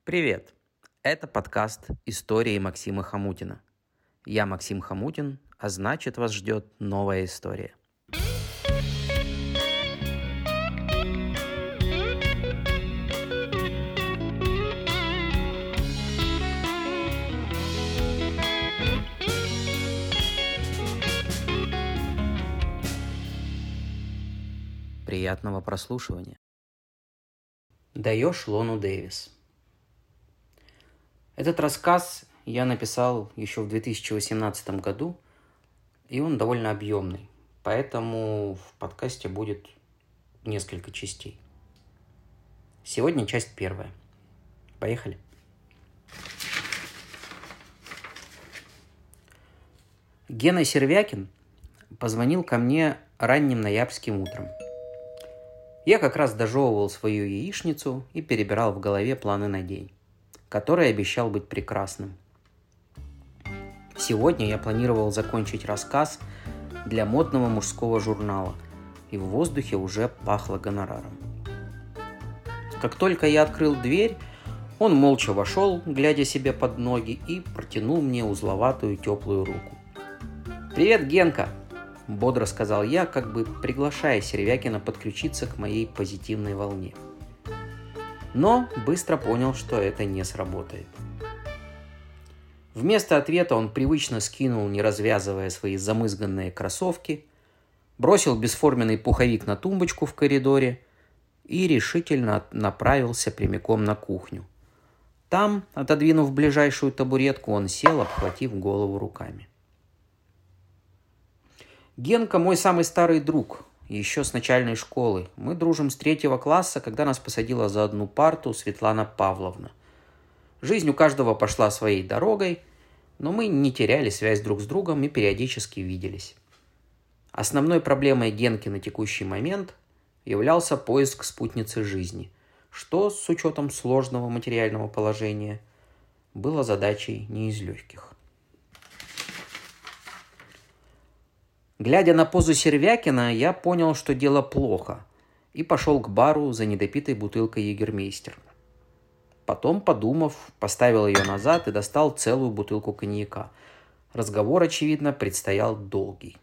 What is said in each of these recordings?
Привет! Это подкаст «Истории Максима Хомутина». Я Максим Хомутин, а значит, вас ждет новая история. Приятного прослушивания. Даешь Лону Дэвис. Этот рассказ я написал еще в 2018 году, и он довольно объемный, поэтому в подкасте будет несколько частей. Сегодня часть первая. Поехали. Гена Сервякин позвонил ко мне ранним ноябрьским утром. Я как раз дожевывал свою яичницу и перебирал в голове планы на день, который обещал быть прекрасным. Сегодня я планировал закончить рассказ для модного мужского журнала, и в воздухе уже пахло гонораром. Как только я открыл дверь, он молча вошел, глядя себе под ноги, и протянул мне узловатую теплую руку. «Привет, Генка!» – бодро сказал я, как бы приглашая Сервякина подключиться к моей позитивной волне. Но быстро понял, что это не сработает. Вместо ответа он привычно скинул, не развязывая свои замызганные кроссовки, бросил бесформенный пуховик на тумбочку в коридоре и решительно направился прямиком на кухню. Там, отодвинув ближайшую табуретку, он сел, обхватив голову руками. Генка мой самый старый друг, еще с начальной школы. Мы дружим с 3 класса, когда нас посадила за одну парту Светлана Павловна. Жизнь у каждого пошла своей дорогой, но мы не теряли связь друг с другом и периодически виделись. Основной проблемой Генки на текущий момент являлся поиск спутницы жизни, что, с учетом сложного материального положения, было задачей не из легких. Глядя на позу Сервякина, я понял, что дело плохо, и пошел к бару за недопитой бутылкой Егермейстер. Потом, подумав, поставил ее назад и достал целую бутылку коньяка. Разговор, очевидно, предстоял долгий.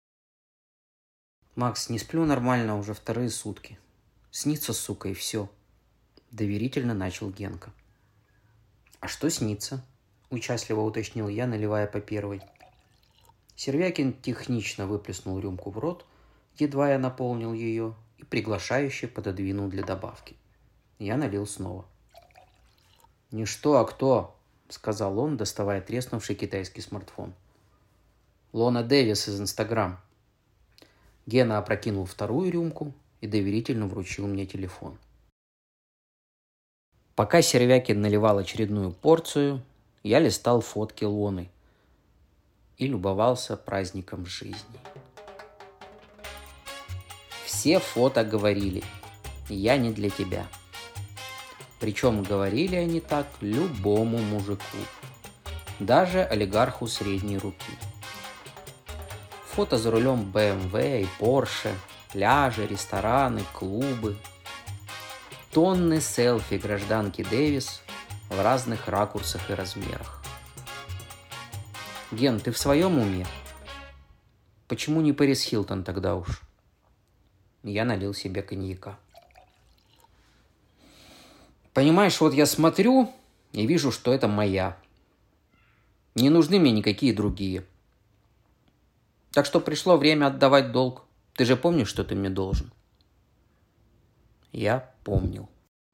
«Макс, не сплю нормально уже 2 сутки. Снится, сука, и все», — доверительно начал Генка. «А что снится?» — участливо уточнил я, наливая по первой. Сервякин технично выплеснул рюмку в рот, едва я наполнил ее, и приглашающе пододвинул для добавки. Я налил снова. «Не что, а кто?» — сказал он, доставая треснувший китайский смартфон. «Лона Дэвис из Инстаграм». Гена опрокинул вторую рюмку и доверительно вручил мне телефон. Пока Сервякин наливал очередную порцию, я листал фотки Лоны и любовался праздником жизни. Все фото говорили: «Я не для тебя». Причем говорили они так любому мужику, даже олигарху средней руки. Фото за рулем BMW и Porsche, пляжи, рестораны, клубы. Тонны селфи гражданки Дэвис в разных ракурсах и размерах. «Ген, ты в своем уме? Почему не Пэрис Хилтон тогда уж?» Я налил себе коньяка. «Понимаешь, вот я смотрю и вижу, что это моя. Не нужны мне никакие другие. Так что пришло время отдавать долг. Ты же помнишь, что ты мне должен?» Я помнил.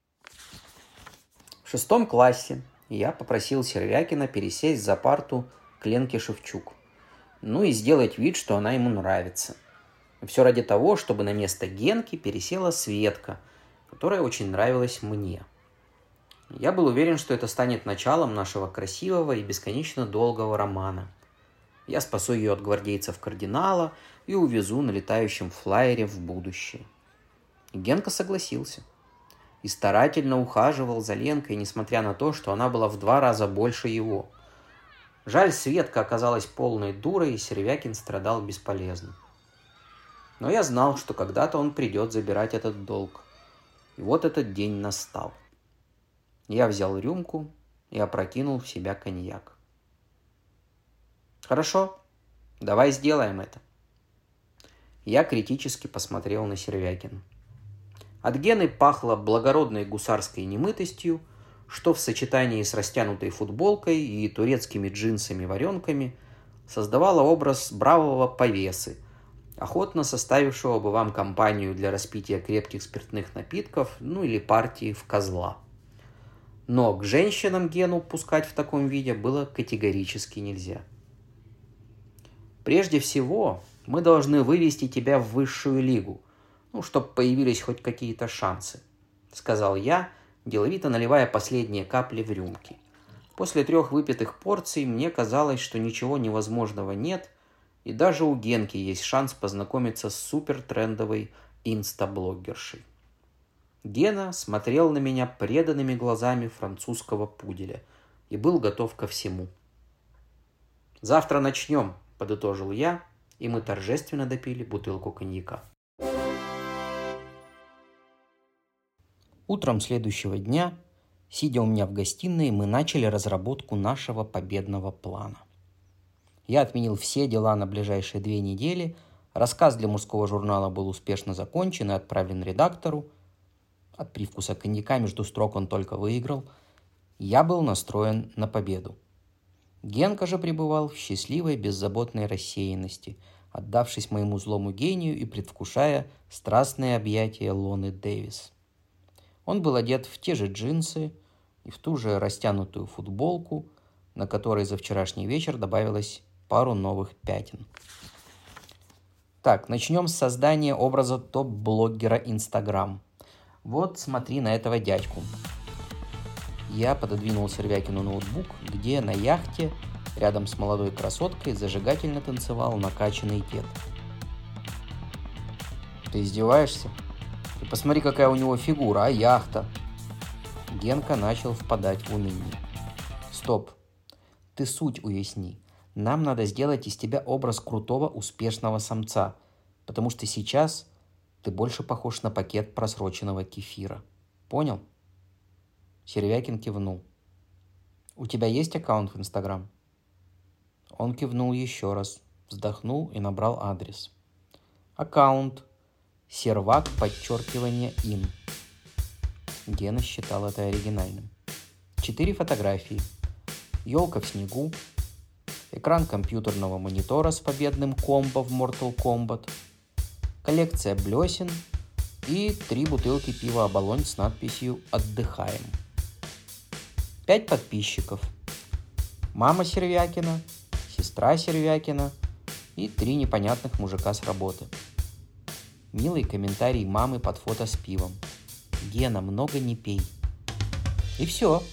В 6 классе я попросил Сервякина пересесть за парту к Ленке Шевчук. Ну и сделать вид, что она ему нравится. Все ради того, чтобы на место Генки пересела Светка, которая очень нравилась мне. Я был уверен, что это станет началом нашего красивого и бесконечно долгого романа. Я спасу ее от гвардейцев кардинала и увезу на летающем флайере в будущее. И Генка согласился. И старательно ухаживал за Ленкой, несмотря на то, что она была в 2 раза больше его. Жаль, Светка оказалась полной дурой, и Сервякин страдал бесполезно. Но я знал, что когда-то он придет забирать этот долг. И вот этот день настал. Я взял рюмку и опрокинул в себя коньяк. «Хорошо, давай сделаем это». Я критически посмотрел на Сервякина. От Гены пахло благородной гусарской немытостью, что в сочетании с растянутой футболкой и турецкими джинсами-варенками создавало образ бравого повесы, охотно составившего бы вам компанию для распития крепких спиртных напитков, или партии в козла. Но к женщинам Гену пускать в таком виде было категорически нельзя. «Прежде всего, мы должны вывести тебя в высшую лигу, чтобы появились хоть какие-то шансы», — сказал я, деловито наливая последние капли в рюмки. После 3 выпитых порций мне казалось, что ничего невозможного нет, и даже у Генки есть шанс познакомиться с супертрендовой инстаблогершей. Гена смотрел на меня преданными глазами французского пуделя и был готов ко всему. «Завтра начнем», — подытожил я, и мы торжественно допили бутылку коньяка. Утром следующего дня, сидя у меня в гостиной, мы начали разработку нашего победного плана. Я отменил все дела на ближайшие 2 недели, рассказ для мужского журнала был успешно закончен и отправлен редактору. От привкуса коньяка между строк он только выиграл. Я был настроен на победу. Генка же пребывал в счастливой беззаботной рассеянности, отдавшись моему злому гению и предвкушая страстные объятия Лоны Дэвис. Он был одет в те же джинсы и в ту же растянутую футболку, на которой за вчерашний вечер добавилось пару новых пятен. Так, начнем с создания образа топ-блогера Инстаграм. Вот смотри на этого дядьку. Я пододвинул Сервякину ноутбук, где на яхте рядом с молодой красоткой зажигательно танцевал накачанный дед. «Ты издеваешься? Ты посмотри, какая у него фигура, а яхта!» Генка начал впадать в уныние. «Стоп! Ты суть уясни. Нам надо сделать из тебя образ крутого, успешного самца, потому что сейчас ты больше похож на пакет просроченного кефира. Понял?» Сервякин кивнул. «У тебя есть аккаунт в Инстаграм?» Он кивнул еще раз, вздохнул и набрал адрес. Аккаунт Сервак_ин. Гена считал это оригинальным. 4 фотографии. Елка в снегу, экран компьютерного монитора с победным комбо в Mortal Kombat, коллекция блесен и 3 бутылки пива «Оболонь» с надписью «Отдыхаем». 5 подписчиков. Мама Сервякина, сестра Сервякина и 3 непонятных мужика с работы. Милый комментарий мамы под фото с пивом. «Гена, много не пей». И все.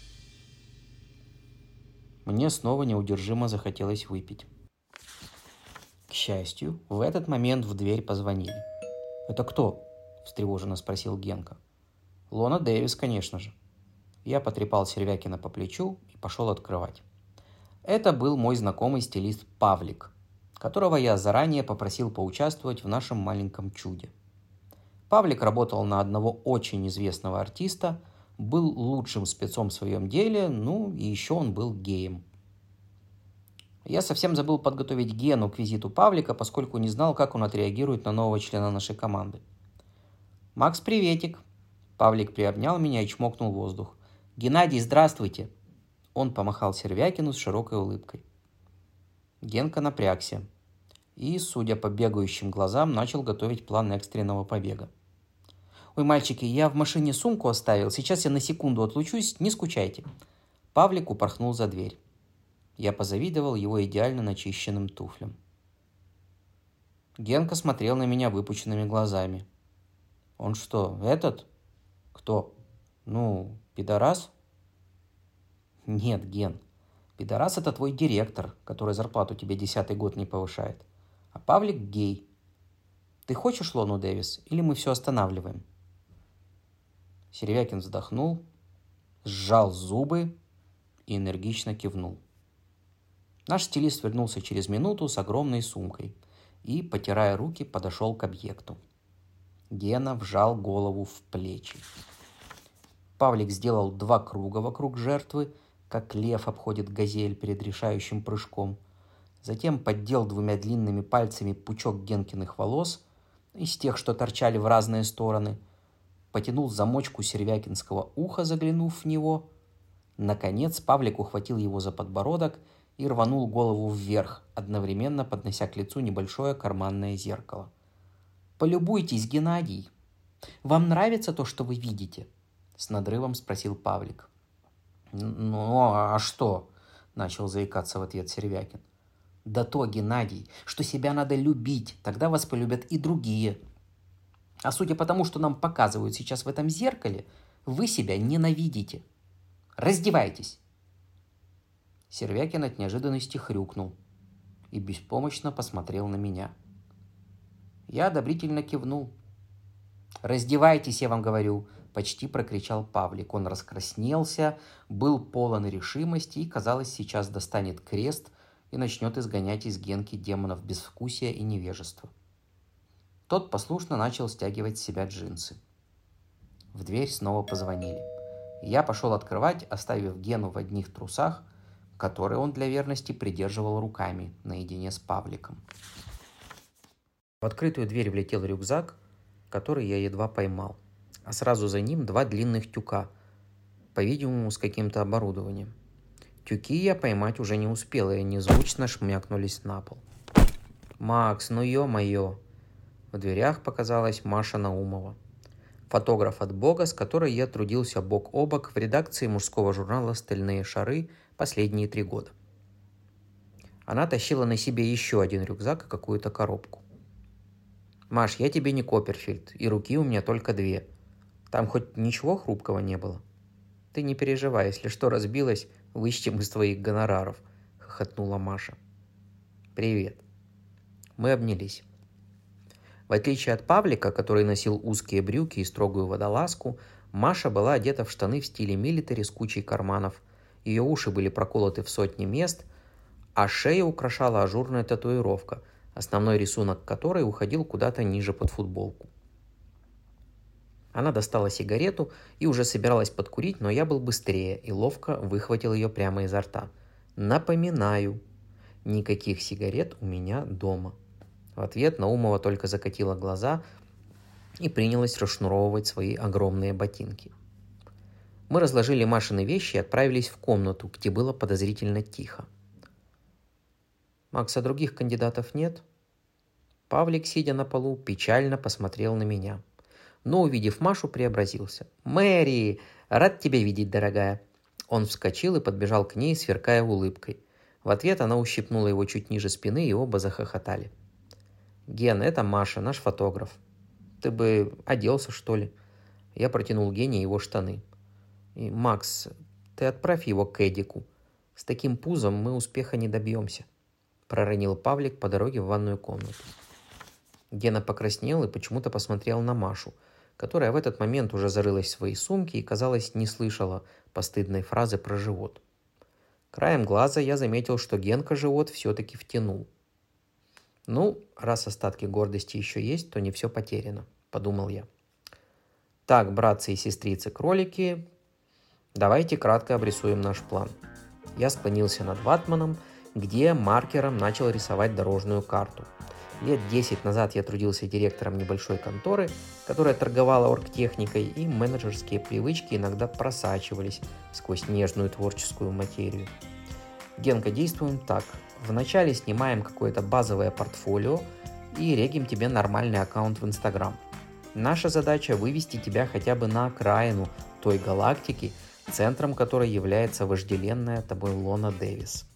Мне снова неудержимо захотелось выпить. К счастью, в этот момент в дверь позвонили. «Это кто?» – встревоженно спросил Генка. «Лона Дэвис, конечно же». Я потрепал Сервякина по плечу и пошел открывать. Это был мой знакомый стилист Павлик, которого я заранее попросил поучаствовать в нашем маленьком чуде. Павлик работал на одного очень известного артиста, был лучшим спецом в своем деле, и еще он был геем. Я совсем забыл подготовить Гену к визиту Павлика, поскольку не знал, как он отреагирует на нового члена нашей команды. «Макс, приветик!» Павлик приобнял меня и чмокнул воздух. «Геннадий, здравствуйте!» Он помахал Сервякину с широкой улыбкой. Генка напрягся и, судя по бегающим глазам, начал готовить план экстренного побега. «Ой, мальчики, я в машине сумку оставил, сейчас я на секунду отлучусь, не скучайте». Павлик упорхнул за дверь. Я позавидовал его идеально начищенным туфлям. Генка смотрел на меня выпученными глазами. «Он что, этот?» «Кто?» Пидорас?» «Нет, Ген, пидорас — это твой директор, который зарплату тебе 10-й год не повышает. А Павлик гей. Ты хочешь Лону Дэвис, или мы все останавливаем?» Сервякин вздохнул, сжал зубы и энергично кивнул. Наш стилист вернулся через минуту с огромной сумкой и, потирая руки, подошел к объекту. Гена вжал голову в плечи. Павлик сделал 2 круга вокруг жертвы, как лев обходит газель перед решающим прыжком. Затем поддел 2 длинными пальцами пучок Генкиных волос, из тех, что торчали в разные стороны, потянул замочку сервякинского уха, заглянув в него. Наконец Павлик ухватил его за подбородок и рванул голову вверх, одновременно поднося к лицу небольшое карманное зеркало. «Полюбуйтесь, Геннадий! Вам нравится то, что вы видите?» — с надрывом спросил Павлик. «Ну, а что?» — начал заикаться в ответ Сервякин. «Да то, Геннадий, что себя надо любить, тогда вас полюбят и другие. А судя по тому, что нам показывают сейчас в этом зеркале, вы себя ненавидите. Раздевайтесь!» Сервякин от неожиданности хрюкнул и беспомощно посмотрел на меня. Я одобрительно кивнул. «Раздевайтесь, я вам говорю!» — почти прокричал Павлик. Он раскраснелся, был полон решимости и, казалось, сейчас достанет крест и начнет изгонять из Генки демонов безвкусия и невежества. Тот послушно начал стягивать с себя джинсы. В дверь снова позвонили. Я пошел открывать, оставив Гену в одних трусах, которые он для верности придерживал руками наедине с Павликом. В открытую дверь влетел рюкзак, который я едва поймал, а сразу за ним 2 длинных тюка, по-видимому, с каким-то оборудованием. Тюки я поймать уже не успел, и они звучно шмякнулись на пол. «Макс, ну ё-моё!» В дверях показалась Маша Наумова, фотограф от Бога, с которой я трудился бок о бок в редакции мужского журнала «Стальные шары» последние 3 года. Она тащила на себе еще один рюкзак и какую-то коробку. «Маш, я тебе не Копперфильд, и руки у меня только 2. Там хоть ничего хрупкого не было?» «Ты не переживай, если что разбилось, вычтем из твоих гонораров», — хохотнула Маша. «Привет». Мы обнялись. В отличие от Павлика, который носил узкие брюки и строгую водолазку, Маша была одета в штаны в стиле милитари с кучей карманов. Ее уши были проколоты в сотни мест, а шею украшала ажурная татуировка, основной рисунок которой уходил куда-то ниже под футболку. Она достала сигарету и уже собиралась подкурить, но я был быстрее и ловко выхватил ее прямо изо рта. «Напоминаю, никаких сигарет у меня дома». В ответ Наумова только закатила глаза и принялась расшнуровывать свои огромные ботинки. Мы разложили Машины вещи и отправились в комнату, где было подозрительно тихо. «Макс, а других кандидатов нет?» Павлик, сидя на полу, печально посмотрел на меня. Но, увидев Машу, преобразился. «Мэри! Рад тебя видеть, дорогая!» Он вскочил и подбежал к ней, сверкая улыбкой. В ответ она ущипнула его чуть ниже спины, и оба захохотали. «Ген, это Маша, наш фотограф. Ты бы оделся, что ли?» Я протянул Гене его штаны. «И, Макс, ты отправь его к Эдику. С таким пузом мы успеха не добьемся», — проронил Павлик по дороге в ванную комнату. Гена покраснел и почему-то посмотрел на Машу, которая в этот момент уже зарылась в свои сумки и, казалось, не слышала постыдной фразы про живот. Краем глаза я заметил, что Генка живот все-таки втянул. «Ну, раз остатки гордости еще есть, то не все потеряно», — подумал я. «Так, братцы и сестрицы-кролики, давайте кратко обрисуем наш план». Я склонился над ватманом, где маркером начал рисовать дорожную карту. Лет 10 назад я трудился директором небольшой конторы, которая торговала оргтехникой, и менеджерские привычки иногда просачивались сквозь нежную творческую материю. «Генка, действуем так. Вначале снимаем какое-то базовое портфолио и регим тебе нормальный аккаунт в Инстаграм. Наша задача вывести тебя хотя бы на окраину той галактики, центром которой является вожделенная тобой Лона Дэвис».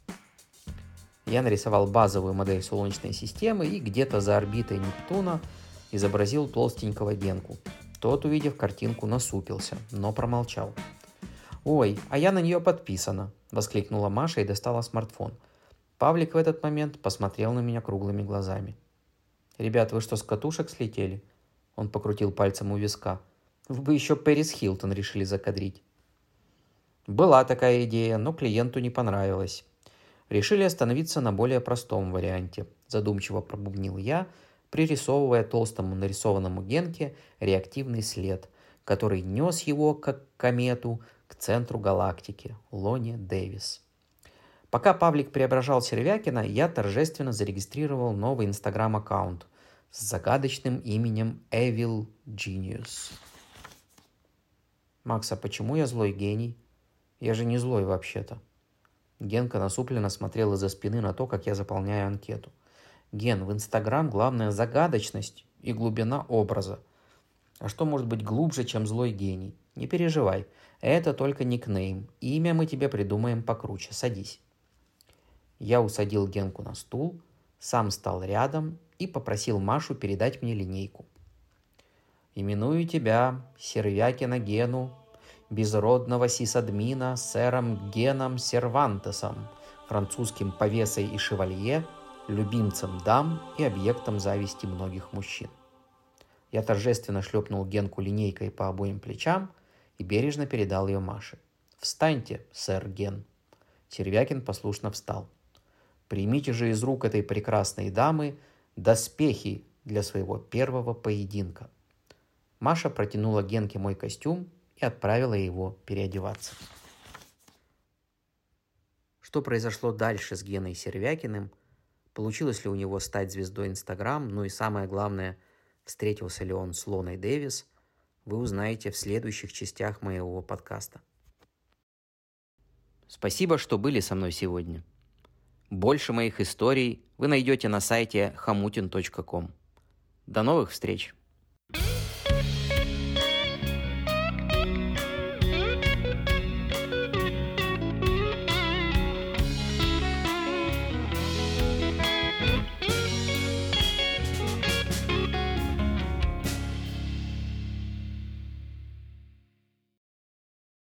Я нарисовал базовую модель Солнечной системы и где-то за орбитой Нептуна изобразил толстенького Генку. Тот, увидев картинку, насупился, но промолчал. «Ой, а я на нее подписана!» — воскликнула Маша и достала смартфон. Павлик в этот момент посмотрел на меня круглыми глазами. «Ребят, вы что, с катушек слетели?» Он покрутил пальцем у виска. «Вы бы еще Пэрис Хилтон решили закадрить». Была такая идея, но клиенту не понравилось. Решили остановиться на более простом варианте, задумчиво пробубнил я, пририсовывая толстому нарисованному Генке реактивный след, который нес его, как комету, к центру галактики, лоне Дэвис. Пока Павлик преображал Сервякина, я торжественно зарегистрировал новый инстаграм-аккаунт с загадочным именем Evil Genius. «Макс, а почему я злой гений? Я же не злой вообще-то». Генка насупленно смотрел из-за спины на то, как я заполняю анкету. «Ген, в Инстаграм главное загадочность и глубина образа. А что может быть глубже, чем злой гений? Не переживай, это только никнейм. Имя мы тебе придумаем покруче. Садись». Я усадил Генку на стул, сам стал рядом и попросил Машу передать мне линейку. «Именую тебя, Сервякина Гену, безродного сисадмина, сэром Геном Сервантесом, французским повесой и шевалье, любимцем дам и объектом зависти многих мужчин». Я торжественно шлепнул Генку линейкой по обоим плечам и бережно передал ее Маше. «Встаньте, сэр Ген». Сервякин послушно встал. «Примите же из рук этой прекрасной дамы доспехи для своего первого поединка». Маша протянула Генке мой костюм и отправила его переодеваться. Что произошло дальше с Геной Сервякиным? Получилось ли у него стать звездой Инстаграм? Ну и самое главное, встретился ли он с Лоной Дэвис? Вы узнаете в следующих частях моего подкаста. Спасибо, что были со мной сегодня. Больше моих историй вы найдете на сайте hamutin.com. До новых встреч!